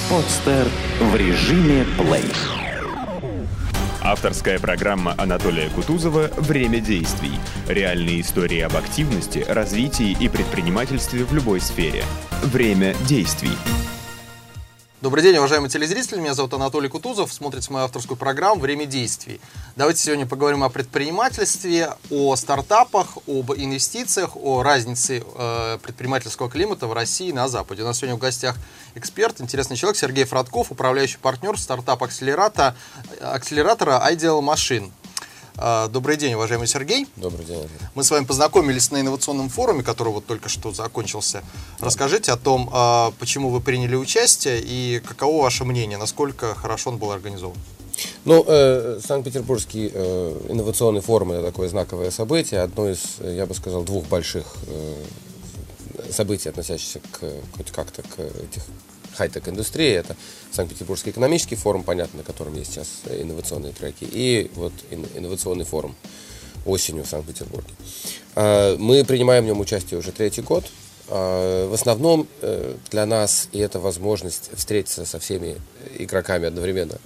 Подстер в режиме плей. Авторская программа Анатолия Кутузова «Время действий». Реальные истории об активности, развитии и предпринимательстве в любой сфере. Время действий. Добрый день, уважаемые телезрители. Меня зовут Анатолий Кутузов. Смотрите мою авторскую программу «Время действий». Давайте сегодня поговорим о предпринимательстве, о стартапах, об инвестициях, о разнице предпринимательского климата в России и на Западе. У нас сегодня в гостях эксперт, интересный человек Сергей Фродков, управляющий партнер стартап-акселератора Ideal Machine. Добрый день, уважаемый Сергей. Добрый день. Мы с вами познакомились на инновационном форуме, который вот только что закончился. Расскажите о том, почему вы приняли участие и каково ваше мнение, насколько хорошо он был организован. Ну, Санкт-Петербургский инновационный форум — это такое знаковое событие, одно из, я бы сказал, двух больших событий, относящихся хоть как-то к хай-тек индустрии. Это Санкт-Петербургский экономический форум, понятно, на котором есть сейчас инновационные треки, и вот инновационный форум осенью в Санкт-Петербурге. Мы принимаем в нем участие уже третий год. В основном для нас и это возможность встретиться со всеми игроками одновременно,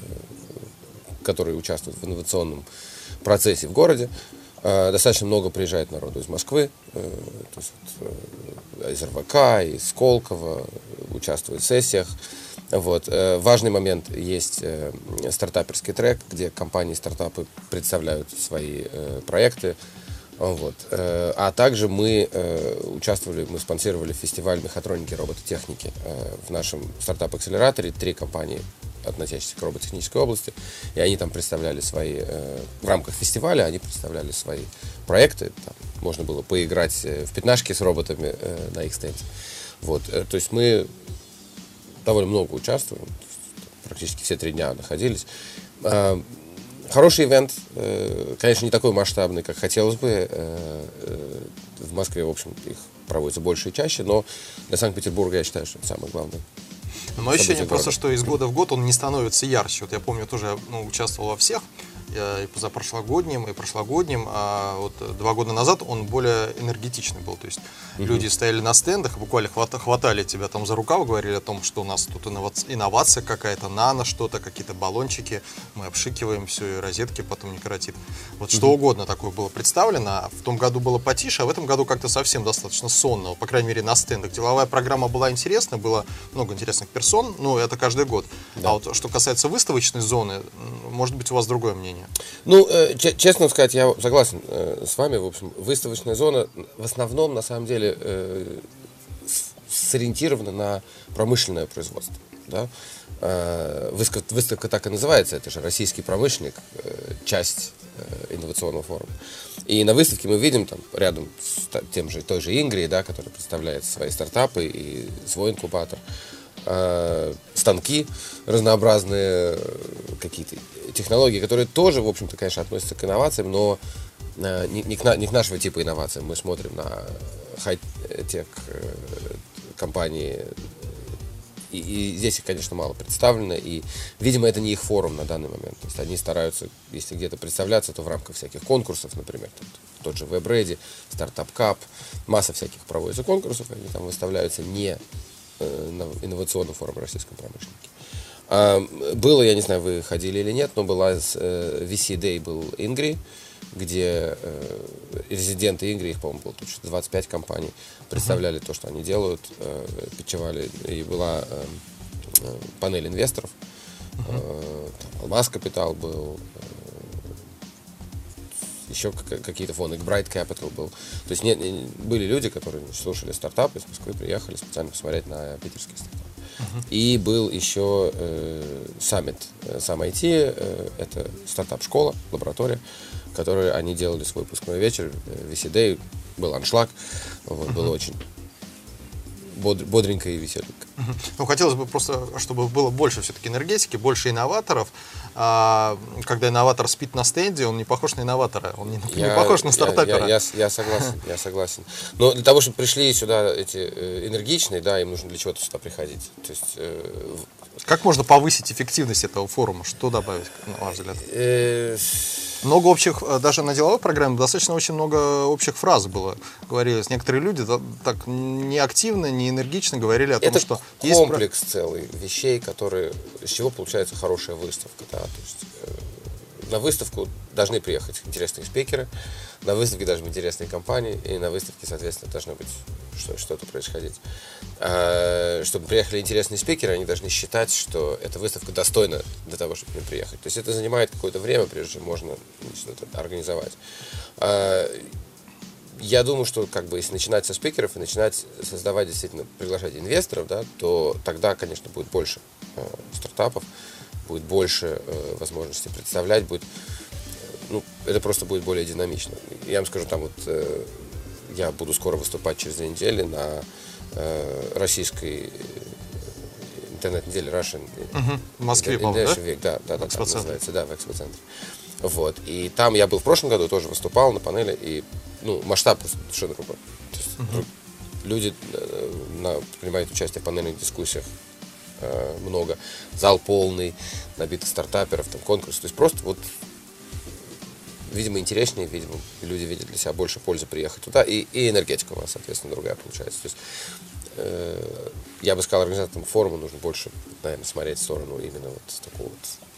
которые участвуют в инновационном процессе в городе. Достаточно много приезжает народу из Москвы, то есть из РВК, из Сколково, участвуют в сессиях. Вот. Важный момент, есть стартаперский трек, где компании, стартапы представляют свои проекты. Вот. А также мы спонсировали фестиваль мехатроники и робототехники в нашем стартап-акселераторе. 3 компании, относящиеся к робототехнической области, и они там представляли свои, в рамках фестиваля, они представляли свои проекты. Там можно было поиграть в пятнашки с роботами на их стенде. Вот. То есть мы довольно много участвуем, практически все 3 дня находились. Хороший ивент, конечно, не такой масштабный, как хотелось бы. В Москве, в общем, их проводится больше и чаще, но для Санкт-Петербурга, я считаю, что это самое главное. Но ощущение просто, что из года в год он не становится ярче. Вот я помню, тоже участвовал во всех, и позапрошлогодним, и прошлогодним, а вот 2 года назад он более энергетичный был. То есть люди стояли на стендах, буквально хватали тебя там за рукав, говорили о том, что у нас тут инновация какая-то, нано что-то, какие-то баллончики, мы обшикиваем все, и розетки потом не коротит. Вот что угодно такое было представлено. В том году было потише, а в этом году как-то совсем достаточно сонно, по крайней мере на стендах. Деловая программа была интересна, было много интересных персон, но это каждый год. Да. А вот что касается выставочной зоны, может быть, у вас другое мнение? Ну, честно сказать, я согласен с вами. В общем, выставочная зона в основном, на самом деле, сориентирована на промышленное производство. Да? Выставка так и называется, это же российский промышленник, часть инновационного форума. И на выставке мы видим там рядом с той же Ингрией, да, которая представляет свои стартапы и свой инкубатор, станки разнообразные, какие-то технологии, которые тоже, в общем-то, конечно, относятся к инновациям, но не к нашего типа инновациям. Мы смотрим на хай-тек компании, и здесь их, конечно, мало представлено, и, видимо, это не их форум на данный момент. То есть они стараются, если где-то представляться, то в рамках всяких конкурсов, например, тот же WebReady, Startup Cup, масса всяких проводится конкурсов, они там выставляются не на инновационном форуме российском промышленнике. Было, я не знаю, вы ходили или нет, но была VC Day был Ингри, где резиденты Ингри, их, по-моему, было тут 25 компаний, представляли то, что они делают, питчевали, и была панель инвесторов, Алмаз Капитал был, еще какие-то фонды, Bright Capital был. То есть были люди, которые слушали стартапы из Москвы, приехали специально посмотреть на питерские стартапы. И был еще саммит сам IT, это стартап-школа, лаборатория, в которой они делали свой выпускной вечер, VC Day, был аншлаг, вот, было очень бодренько и веселенько. Ну, хотелось бы просто, чтобы было больше все-таки энергетики, больше инноваторов. Когда инноватор спит на стенде, он не похож на инноватора, он не похож на стартапера. Я согласен. Но для того, чтобы пришли сюда эти энергичные, да, им нужно для чего-то сюда приходить. То есть, как можно повысить эффективность этого форума? Что добавить, на ваш взгляд? Много общих, даже на деловой программе, достаточно очень много общих фраз было. Говорили, некоторые люди так не активно, не энергично говорили о том, это что... комплекс целый вещей, которые, из чего получается хорошая выставка. Да? То есть, на выставку должны приехать интересные спикеры, на выставке должны быть интересные компании, и на выставке, соответственно, должно быть что-то происходить. Чтобы приехали интересные спикеры, они должны считать, что эта выставка достойна для того, чтобы к ним приехать. То есть это занимает какое-то время, прежде чем можно что-то организовать. Я думаю, что если начинать со спикеров и начинать создавать, действительно, приглашать инвесторов, да, то тогда, конечно, будет больше стартапов, будет больше возможностей представлять, это просто будет более динамично. Я вам скажу, я буду скоро выступать через 2 недели на российской интернет-неделе Russian в Москве, по-моему, да? Да, в называется, да, в экспоцентре. Вот. И там я был в прошлом году, тоже выступал на панели, и масштаб совершенно другой. То есть, люди принимают участие в панельных дискуссиях много, зал полный, набитый стартаперов, конкурс. То есть просто видимо, интереснее, видимо, люди видят для себя больше пользы приехать туда, и энергетика у вас, соответственно, другая получается. То есть, я бы сказал, организаторам форума нужно больше, наверное, смотреть в сторону именно такой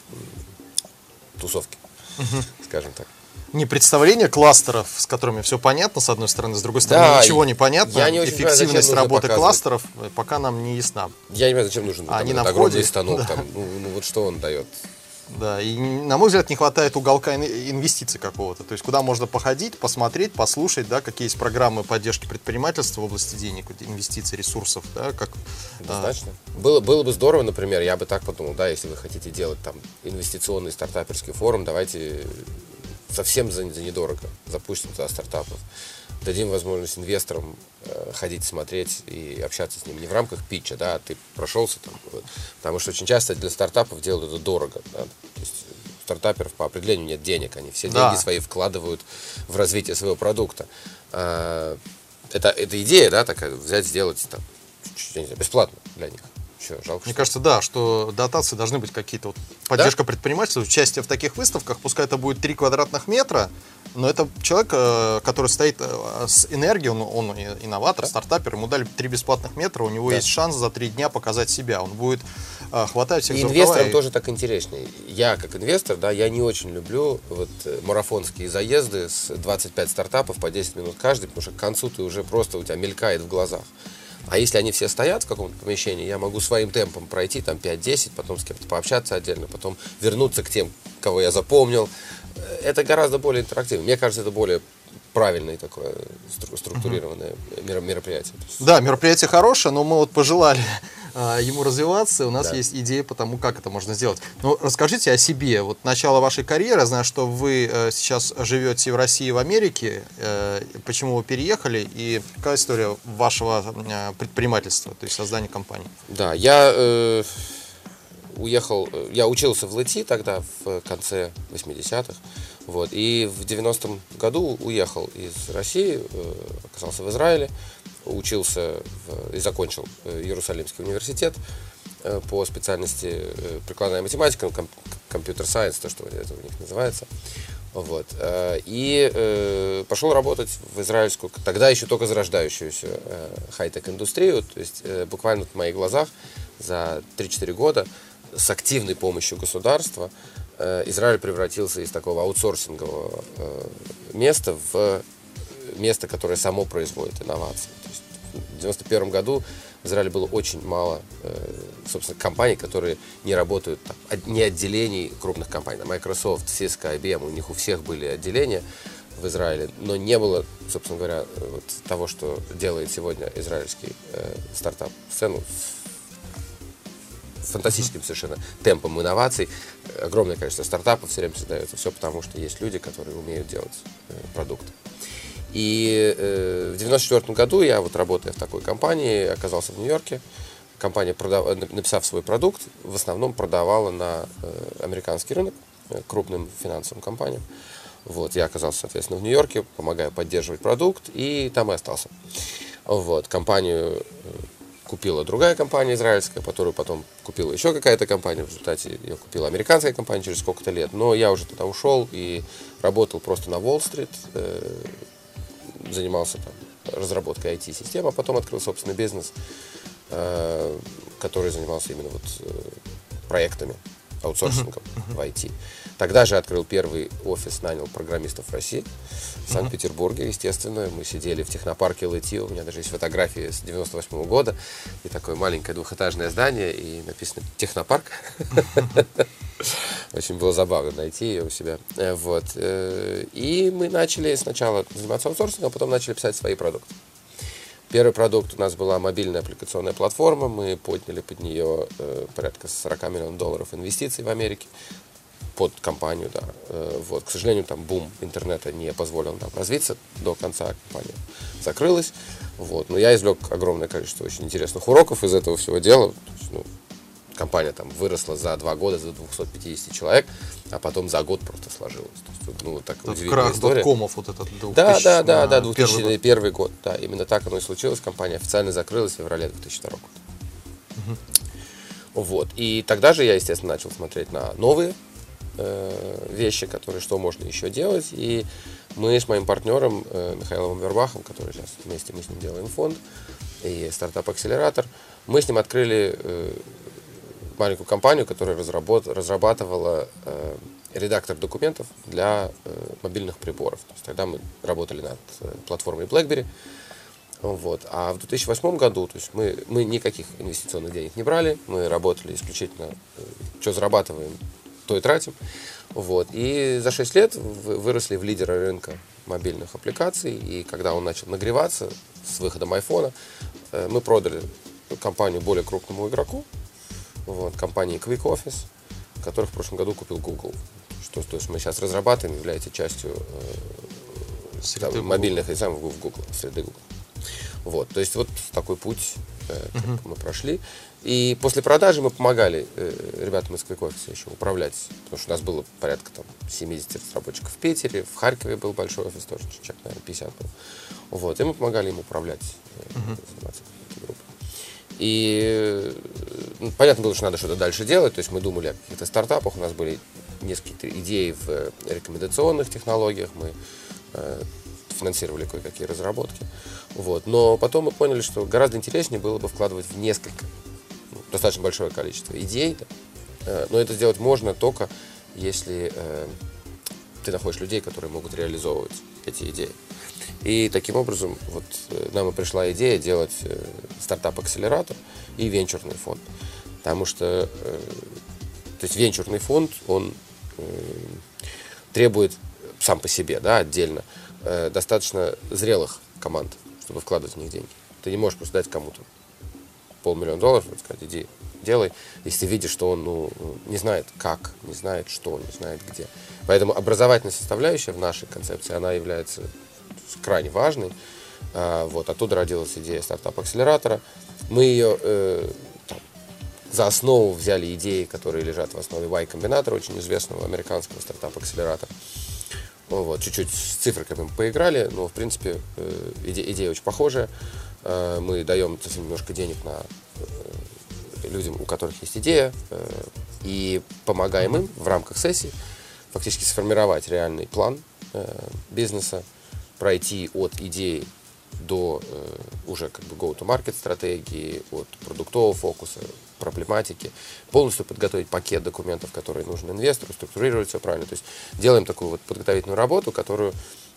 тусовки, скажем так. Не представление кластеров, с которыми все понятно, с одной стороны, с другой стороны, ничего не понятно. Эффективность работы кластеров пока нам не ясна. Я не понимаю, зачем нужен огромный станок, что он дает. Да, и, на мой взгляд, не хватает уголка инвестиций какого-то. То есть, куда можно походить, посмотреть, послушать, да, какие есть программы поддержки предпринимательства в области денег, инвестиций, ресурсов. Да, Однозначно. Было бы здорово, например, я бы так подумал, да, если вы хотите делать инвестиционный стартаперский форум, давайте совсем за недорого запустим туда стартапов. Дадим возможность инвесторам ходить, смотреть и общаться с ними не в рамках питча, да, ты прошелся потому что очень часто для стартапов делают это дорого, да, то есть у стартаперов по определению нет денег, они все деньги свои вкладывают в развитие своего продукта. Это идея, да, такая, взять, сделать бесплатно для них. Жалко, Мне кажется, да, что дотации должны быть какие-то. Поддержка предпринимательства, участие в таких выставках, пускай это будет 3 квадратных метра, но это человек, который стоит с энергией, он инноватор, стартапер, ему дали 3 бесплатных метра, у него есть шанс за 3 дня показать себя, он будет хватать всех за рукава. Инвесторам тоже так интереснее. Я, как инвестор, да, я не очень люблю марафонские заезды с 25 стартапов по 10 минут каждый, потому что к концу ты уже просто у тебя мелькает в глазах. А если они все стоят в каком-то помещении, я могу своим темпом пройти 5-10, потом с кем-то пообщаться отдельно, потом вернуться к тем, кого я запомнил. Это гораздо более интерактивно. Мне кажется, это более правильное такое структурированное мероприятие. Да, мероприятие хорошее, но мы пожелали ему развиваться. У нас есть идея по тому, как это можно сделать. Но расскажите о себе. Начало вашей карьеры. Я знаю, что вы сейчас живете в России и в Америке. Почему вы переехали? И какая история вашего предпринимательства, то есть создания компании? Да, я уехал, я учился в ЛТ тогда, в конце 80-х. И в 90-м году уехал из России, оказался в Израиле. Учился и закончил Иерусалимский университет по специальности прикладная математика, компьютер-сайенс, то, что это у них называется. И пошел работать в израильскую, тогда еще только зарождающуюся хай-тек индустрию. То есть буквально в моих глазах за 3-4 года с активной помощью государства Израиль превратился из такого аутсорсингового места в место, которое само производит инновации. То есть в 1991 году в Израиле было очень мало, собственно, компаний, которые не работают, не отделений крупных компаний. Microsoft, Cisco, IBM, у них у всех были отделения в Израиле, но не было, собственно говоря, того, что делает сегодня израильский стартап-сцену с фантастическим совершенно темпом инноваций. Огромное количество стартапов все время создается. Все потому, что есть люди, которые умеют делать продукт. И в 1994 году я, работая в такой компании, оказался в Нью-Йорке. Компания, написав свой продукт, в основном продавала на американский рынок крупным финансовым компаниям. Я оказался, соответственно, в Нью-Йорке, помогая поддерживать продукт, и там и остался. Компанию купила другая компания израильская, которую потом купила еще какая-то компания. В результате ее купила американская компания через сколько-то лет. Но я уже тогда ушел и работал просто на Уолл-стрит, занимался там разработкой IT-систем, а потом открыл собственный бизнес, который занимался именно вот проектами, аутсорсингом в IT. Тогда же открыл первый офис, нанял программистов в России, в Санкт-Петербурге, естественно. Мы сидели в технопарке ЛТ, у меня даже есть фотографии с 98 года, и такое маленькое двухэтажное здание, и написано «Технопарк». Очень было забавно найти ее у себя. Вот. И мы начали сначала заниматься аутсорсингом, а потом начали писать свои продукты. Первый продукт у нас была мобильная аппликационная платформа. Мы подняли под нее порядка $40 миллионов инвестиций в Америке под компанию, да. Вот. К сожалению, там бум интернета не позволил нам развиться до конца, компания закрылась. Вот. Но я извлек огромное количество очень интересных уроков из этого всего дела. То есть, ну, компания там выросла за 2 года до 250 человек, а потом за год просто сложилась. То есть, ну, вот такая удивительная история. Крах.комов вот этот 2001 год. Да, именно так оно и случилось. Компания официально закрылась в феврале 2002 года. Вот. И тогда же я, естественно, начал смотреть на новые вещи, которые, что можно еще делать. И мы с моим партнером Михаилом Вербахом, который сейчас вместе мы с ним делаем фонд и стартап-акселератор, мы с ним открыли маленькую компанию, которая разрабатывала редактор документов для мобильных приборов. То есть тогда мы работали над платформой BlackBerry. Вот. А в 2008 году то есть мы никаких инвестиционных денег не брали, мы работали исключительно, что зарабатываем, то и тратим. Вот. И за 6 лет выросли в лидера рынка мобильных аппликаций. И когда он начал нагреваться с выходом айфона, мы продали компанию более крупному игроку, вот, компании Quick Office, которых в прошлом году купил Google. То есть мы сейчас разрабатываем, является частью мобильных экзаменов в Google, среды Google. Вот, то есть вот такой путь мы прошли. И после продажи мы помогали ребятам из Quick Office еще управлять, потому что у нас было порядка там 70 разработчиков в Питере, в Харькове был большой офис, тоже человек, наверное, 50 был. Вот, и мы помогали им управлять, заниматься этой группой. И понятно было, что надо что-то дальше делать, то есть мы думали о каких-то стартапах, у нас были несколько идей в рекомендационных технологиях, мы финансировали кое-какие разработки. Вот. Но потом мы поняли, что гораздо интереснее было бы вкладывать в несколько, достаточно большое количество идей, да? Но это сделать можно только если ты находишь людей, которые могут реализовывать эти идеи. И таким образом вот нам и пришла идея делать стартап-акселератор и венчурный фонд. Потому что то есть венчурный фонд, он требует сам по себе, да, отдельно, достаточно зрелых команд, чтобы вкладывать в них деньги. Ты не можешь просто дать кому-то $500 000 и сказать, иди, делай, если ты видишь, что он не знает как, не знает что, не знает где. Поэтому образовательная составляющая в нашей концепции, она является крайне важной. Вот, оттуда родилась идея стартап-акселератора. Мы ее за основу взяли идеи, которые лежат в основе Y-комбинатора, очень известного американского стартап-акселератора. Вот, чуть-чуть с цифрами поиграли, но, в принципе, идея очень похожая. Мы даем совсем немножко денег на людям, у которых есть идея, и помогаем им в рамках сессии фактически сформировать реальный план бизнеса, пройти от идеи до уже как бы go-to-market стратегии, от продуктового фокуса, проблематики, полностью подготовить пакет документов, которые нужны инвестору, структурировать все правильно. То есть делаем такую вот подготовительную работу, которую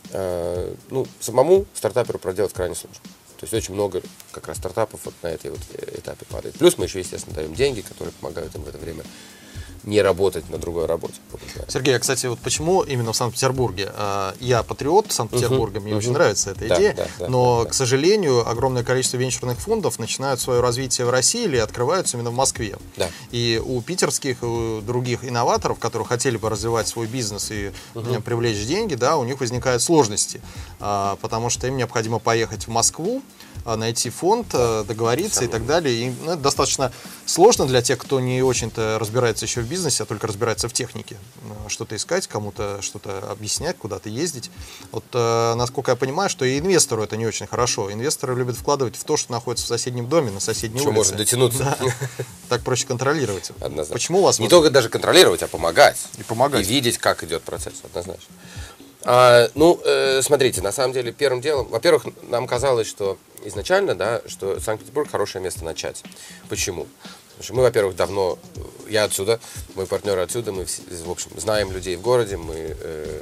самому стартаперу проделать крайне сложно. То есть очень много как раз стартапов вот на этой вот этапе падает. Плюс мы еще, естественно, даем деньги, которые помогают им в это время не работать на другой работе. Сергей, а, кстати, вот почему именно в Санкт-Петербурге? Я патриот Санкт-Петербурга, мне очень нравится эта идея, но, к сожалению, огромное количество венчурных фондов начинают свое развитие в России или открываются именно в Москве. Да. И у питерских, и у других инноваторов, которые хотели бы развивать свой бизнес и привлечь деньги, да, у них возникают сложности, потому что им необходимо поехать в Москву, найти фонд, договориться и так далее. И это достаточно сложно для тех, кто не очень-то разбирается еще в бизнесе, а только разбирается в технике, что-то искать, кому-то что-то объяснять, куда-то ездить. Вот, насколько я понимаю, что и инвестору это не очень хорошо. Инвесторы любят вкладывать в то, что находится в соседнем доме, на соседней улице. Может дотянуться. Да. Так проще контролировать. Однозначно. Почему у вас... Не только даже контролировать, а помогать. И помогать. И видеть, как идет процесс, однозначно. Смотрите, на самом деле, первым делом, во-первых, нам казалось, что изначально, да, что Санкт-Петербург хорошее место начать. Почему? Потому что мы, во-первых, давно, я отсюда, мой партнер отсюда, мы, в общем, знаем людей в городе, мы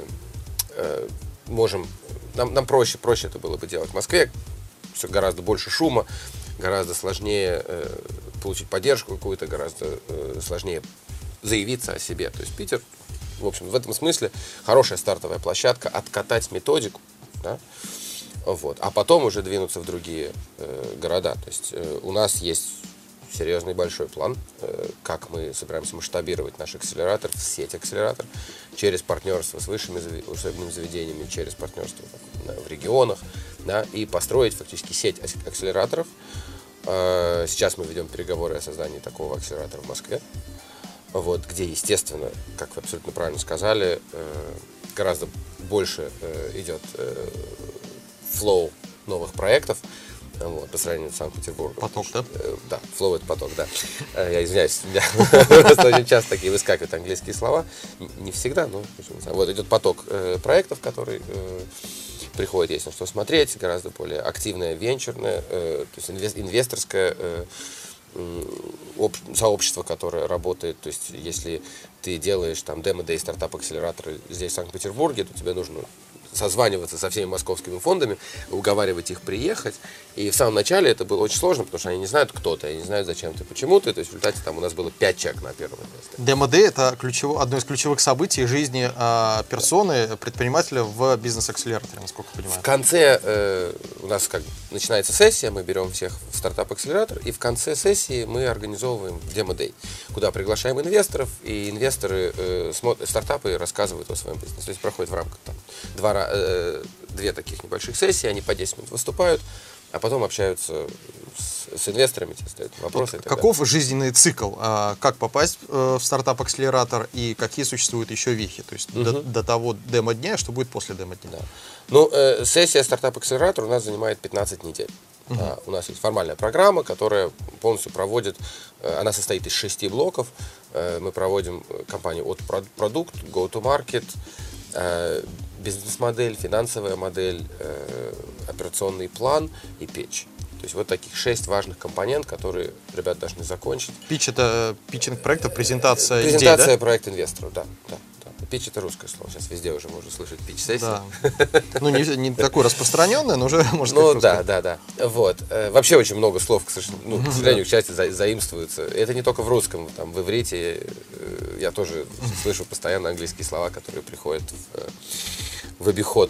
можем, нам проще это было бы делать в Москве, все гораздо больше шума, гораздо сложнее получить поддержку какую-то, гораздо сложнее заявиться о себе. То есть Питер, в общем, в этом смысле хорошая стартовая площадка, откатать методику, да, вот, а потом уже двинуться в другие города. То есть у нас есть серьезный большой план, как мы собираемся масштабировать наш акселератор, сеть акселератор, через партнерство с высшими учебными заведениями, через партнерство в регионах, да, и построить фактически сеть акселераторов. Сейчас мы ведем переговоры о создании такого акселератора в Москве, вот, где, естественно, как вы абсолютно правильно сказали, гораздо больше идет флоу новых проектов, вот, по сравнению с Санкт-Петербургом. Поток, да? Да, флоу — это поток, да. Я извиняюсь, у меня просто очень часто такие выскакивают английские слова. Не всегда, но вот идет поток проектов, который приходит, есть на что смотреть, гораздо более активное венчурное, то есть инвесторское сообщество, которое работает. То есть если ты делаешь там демо-дэй стартап-акселераторы здесь, в Санкт-Петербурге, то тебе нужно созваниваться со всеми московскими фондами, уговаривать их приехать. И в самом начале это было очень сложно, потому что они не знают, кто ты, они не знают, зачем ты, почему ты. То есть в результате там у нас было 5 человек на первом месте. Демо-дэй — это одно из ключевых событий жизни персоны, предпринимателя в бизнес-акселераторе, насколько я понимаю. В конце у нас начинается сессия, мы берем всех в стартап-акселератор, и в конце сессии мы организовываем демо-дэй, куда приглашаем инвесторов, и инвесторы стартапы рассказывают о своем бизнесе. То есть проходит в рамках там, две таких небольших сессии, они по 10 минут выступают, а потом общаются с инвесторами, те задают вопросы. Вот каков жизненный цикл? Как попасть в стартап-акселератор и какие существуют еще вехи? То есть до того демо-дня, что будет после демо-дня? Да. Ну, сессия стартап-акселератора у нас занимает 15 недель. У нас есть формальная программа, которая полностью проводит, она состоит из 6 блоков. Мы проводим кампанию от продукт, go-to-market, бизнес-модель, финансовая модель, операционный план и питч. То есть вот таких 6 важных компонентов, которые ребята должны закончить. Питч — это питчинг проекта, презентация идей, презентация да? проекта инвестору, да. Питч — это русское слово. Сейчас везде уже можно слышать питч-сессии. Да. Ну, не такое распространенное, но уже можно сказать. Ну, да. Вот. Вообще очень много слов, к сожалению, к счастью, заимствуются. Это не только в русском. Там, в иврите я тоже слышу постоянно английские слова, которые приходят в обиход.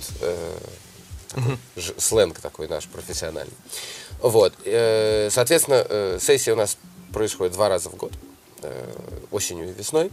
Сленг такой наш профессиональный. Вот. Соответственно, сессия у нас происходит 2 раза в год. Осенью и весной.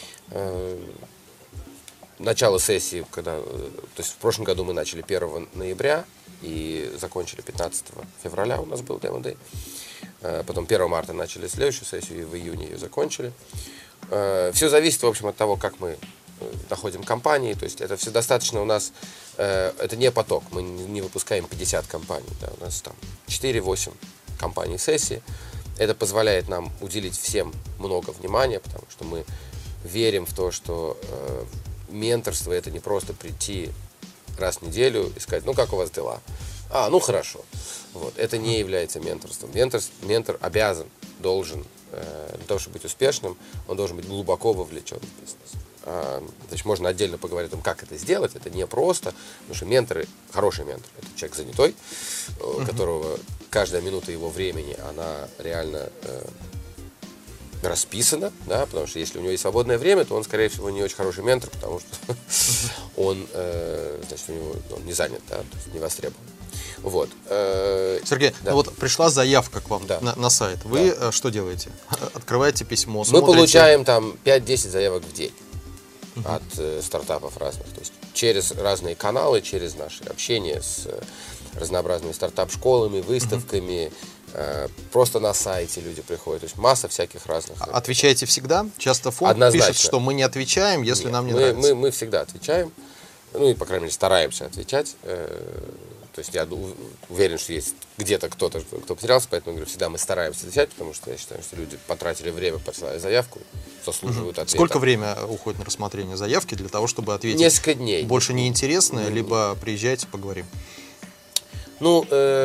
Начало сессии, то есть в прошлом году мы начали 1 ноября и закончили 15 февраля, у нас был демо-дэй. Потом 1 марта начали следующую сессию и в июне ее закончили. Все зависит, в общем, от того, как мы находим компании. То есть это все достаточно у нас, это не поток, мы не выпускаем 50 компаний. Да, у нас там 4-8 компаний в сессии. Это позволяет нам уделить всем много внимания, потому что мы верим в то, что менторство — это не просто прийти раз в неделю и сказать: ну как у вас дела? Ну хорошо. Вот. Это не является менторством. Ментор обязан, должен, для того, чтобы быть успешным, он должен быть глубоко вовлечен в бизнес. Значит, можно отдельно поговорить о том, как это сделать. Это не просто, потому что менторы, хороший ментор — это человек занятой, которого каждая минута его времени, она реально расписано, да, потому что если у него есть свободное время, то он, скорее всего, не очень хороший ментор, потому что он, значит, он не занят, да, то есть не востребован. Вот. Сергей, да. Вот пришла заявка к вам, да, на сайт. Вы что делаете? Открываете письмо, смотрите? Мы получаем там 5-10 заявок в день от стартапов разных. То есть через разные каналы, через наше общение с разнообразными стартап-школами, выставками, просто на сайте люди приходят. То есть масса всяких разных. Отвечаете всегда? Часто фонд Однозначно. пишет, что мы не отвечаем, если Нет, нам не нравится. Мы всегда отвечаем. Ну и, по крайней мере, стараемся отвечать. То есть я уверен, что есть где-то кто-то, кто потерялся, поэтому говорю, всегда мы стараемся отвечать, потому что я считаю, что люди потратили время, прислали заявку, заслуживают ответа. Сколько времени уходит на рассмотрение заявки для того, чтобы ответить? Несколько дней. Больше неинтересно, либо приезжайте, поговорим. Ну,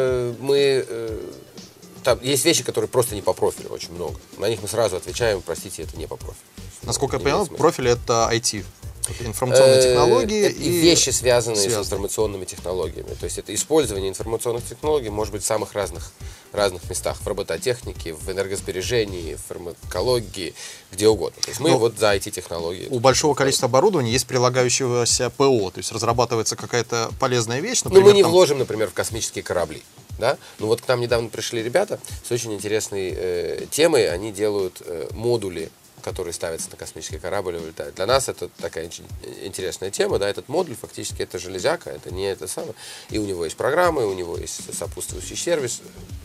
там есть вещи, которые просто не по профилю, очень много. На них мы сразу отвечаем, простите, это не по профилю. Насколько я понял, профиль это IT. Информационные технологии и вещи, связанные с информационными технологиями. То есть это использование информационных технологий может быть в самых разных местах. В робототехнике, в энергосбережении, в фармакологии, где угодно. То есть мы вот за IT-технологии. У большого количества оборудования есть прилагающегося ПО. То есть разрабатывается какая-то полезная вещь. Например, мы не вложим, например, в космические корабли. Да? Ну вот к нам недавно пришли ребята с очень интересной темой. Они делают модули, которые ставятся на космический корабль и улетают. Для нас это такая очень интересная тема, да, этот модуль фактически это железяка, это не это самое. И у него есть программы, у него есть сопутствующий сервис.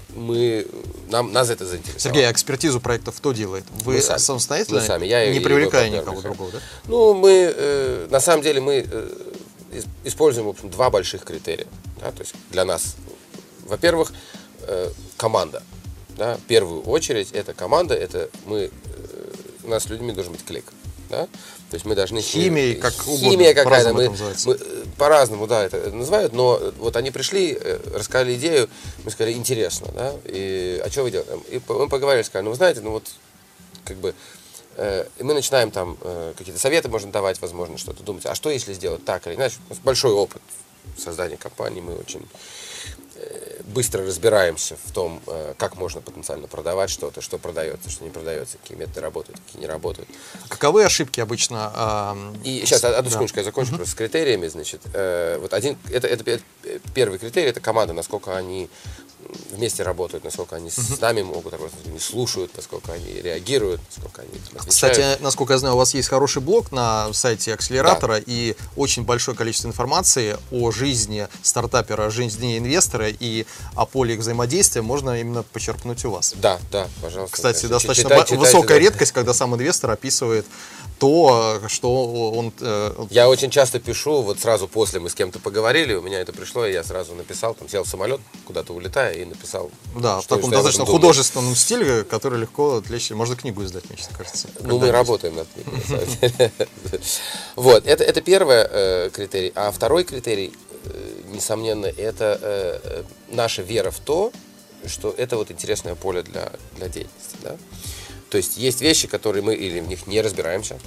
Нас это заинтересовало. Сергей, а экспертизу проектов кто делает? Вы самостоятельно? Мы сами. Не привлекая никого другого, да? Ну, на самом деле, мы используем, в общем, два больших критерия. Да, то есть для нас, во-первых, команда. Да, в первую очередь, это команда, это у нас с людьми должен быть клик. Да? То есть мы должны... Химия, как угодно. Химия какая-то. Мы по-разному, да, это называют, но вот они пришли, рассказали идею, мы сказали, интересно, да, и а что вы делаете? И мы поговорили, сказали, ну вы знаете, ну вот, как бы, и мы начинаем там какие-то советы можно давать, возможно, что-то думать, а что если сделать так или иначе? У нас большой опыт создания компании, мы очень быстро разбираемся в том, как можно потенциально продавать что-то, что продается, что не продается, какие методы работают, какие не работают. Каковы ошибки обычно? И сейчас, одну секундочку, я закончу просто с критериями. Значит, вот это первый критерий, это команда, насколько они вместе работают, насколько они с нами могут работать, насколько они слушают, насколько они реагируют, насколько они отвечают. Кстати, насколько я знаю, у вас есть хороший блог на сайте акселератора, да, и очень большое количество информации о жизни стартапера, о жизни инвестора и о поле их взаимодействия можно именно почерпнуть у вас. Да, пожалуйста. Кстати, достаточно высокая редкость, когда сам инвестор описывает то, что он... Я очень часто пишу, вот сразу после мы с кем-то поговорили, у меня это пришло, и я сразу написал, там сел в самолет, куда-то улетая, и написал. Да, в таком достаточно художественном стиле, который легко отвлечь. Можно книгу издать, мне кажется. Ну, мы работаем над книгой, на самом деле. Вот, это первый критерий. А второй критерий, несомненно, это наша вера в то, что это вот интересное поле для деятельности, да. То есть есть вещи, которые мы или в них не разбираемся.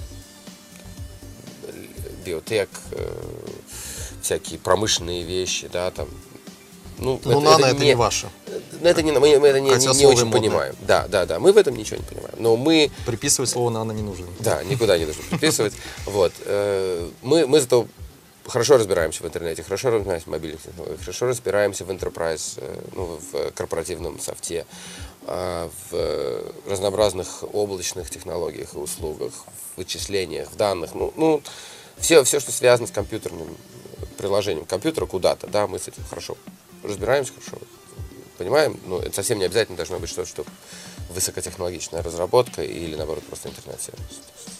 Биотек, всякие промышленные вещи, да, там. Ну, это не ваше. Мы это не очень понимаем. Да. Мы в этом ничего не понимаем. Но мы... Приписывать слово нано не нужно. Да, никуда не нужно приписывать. Вот. Мы зато хорошо разбираемся в интернете, хорошо разбираемся в мобильных технологиях, хорошо разбираемся в enterprise, в корпоративном софте, в разнообразных облачных технологиях и услугах, в вычислениях, в данных. Все, что связано с компьютерным приложением компьютера куда-то, да, мы с этим хорошо разбираемся, хорошо понимаем, но это совсем не обязательно должно быть что-то, что высокотехнологичная разработка или, наоборот, просто интернет-сервис.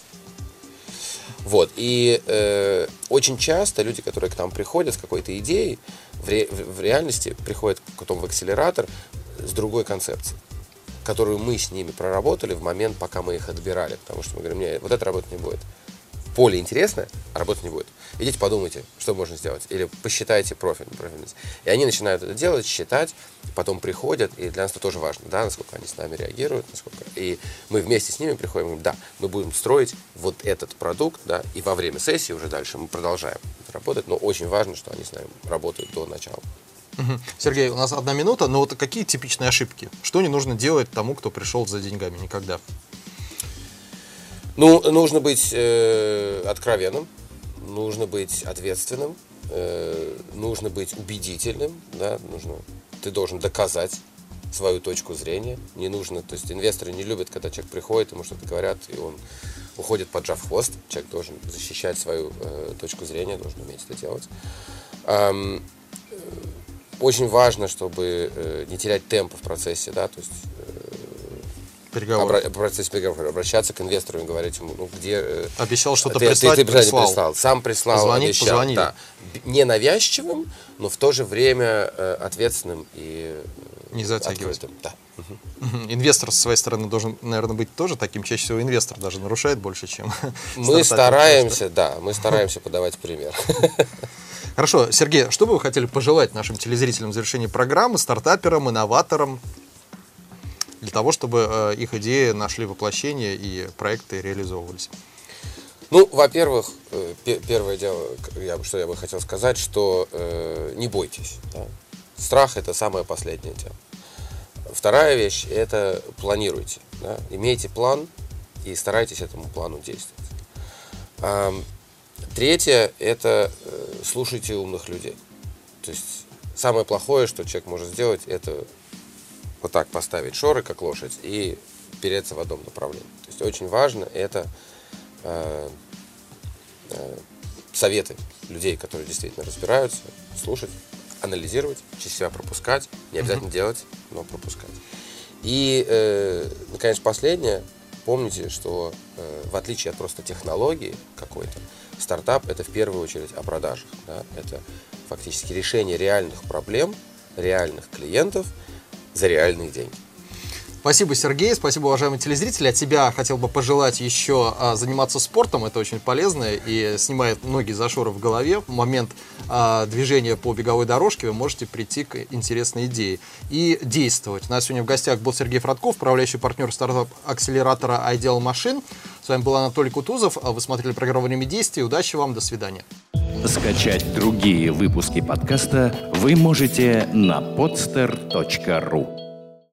Вот, и очень часто люди, которые к нам приходят с какой-то идеей, в реальности приходят потом в акселератор с другой концепцией, которую мы с ними проработали в момент, пока мы их отбирали, потому что мы говорим, нет, вот это работать не будет. Поле интересное, а работать не будет. Идите подумайте, что можно сделать. Или посчитайте профильность. И они начинают это делать, считать, потом приходят, и для нас это тоже важно, да, насколько они с нами реагируют, и мы вместе с ними приходим, говорим, да, мы будем строить вот этот продукт, да, и во время сессии уже дальше мы продолжаем работать, но очень важно, что они с нами работают до начала. Сергей, у нас 1 минута, но вот какие типичные ошибки? Что не нужно делать тому, кто пришел за деньгами? Никогда. Ну, нужно быть откровенным, нужно быть ответственным, нужно быть убедительным, да, ты должен доказать свою точку зрения, не нужно, то есть инвесторы не любят, когда человек приходит, ему что-то говорят, и он уходит, поджав хвост, человек должен защищать свою точку зрения, должен уметь это делать. Очень важно, чтобы не терять темп в процессе, да, то есть в процессе переговоров обращаться к инвестору и говорить ему, ну, где... Обещал что-то прислать, ты прислал. Сам прислал, обещал. Да. Не навязчивым, но в то же время ответственным и не затягивать. Да. Инвестор, со своей стороны, должен, наверное, быть тоже таким. Чаще всего инвестор даже нарушает больше, чем мы стараемся подавать пример. Хорошо, Сергей, что бы вы хотели пожелать нашим телезрителям в завершении программы, стартаперам, инноваторам, для того, чтобы их идеи нашли воплощение и проекты реализовывались? Ну, во-первых, первое дело, что я бы хотел сказать, что не бойтесь. Да? Страх – это самое последнее дело. Вторая вещь – это планируйте. Да? Имейте план и старайтесь этому плану действовать. Третье – это слушайте умных людей. То есть самое плохое, что человек может сделать, это вот так поставить шоры, как лошадь, и переться в одном направлении. То есть очень важно это советы людей, которые действительно разбираются, слушать, анализировать, через себя пропускать, не обязательно делать, но пропускать. И, наконец, последнее. Помните, что в отличие от просто технологии какой-то, стартап – это в первую очередь о продажах. Да? Это фактически решение реальных проблем, реальных клиентов за реальные деньги. Спасибо, Сергей. Спасибо, уважаемые телезрители. От себя хотел бы пожелать еще заниматься спортом. Это очень полезно и снимает многие зашоры в голове. В момент движения по беговой дорожке вы можете прийти к интересной идее и действовать. У нас сегодня в гостях был Сергей Фродков, управляющий партнер стартап-акселератора Ideal Machine. С вами был Анатолий Кутузов. Вы смотрели программу «Время действий». Удачи вам. До свидания. Скачать другие выпуски подкаста вы можете на podster.ru.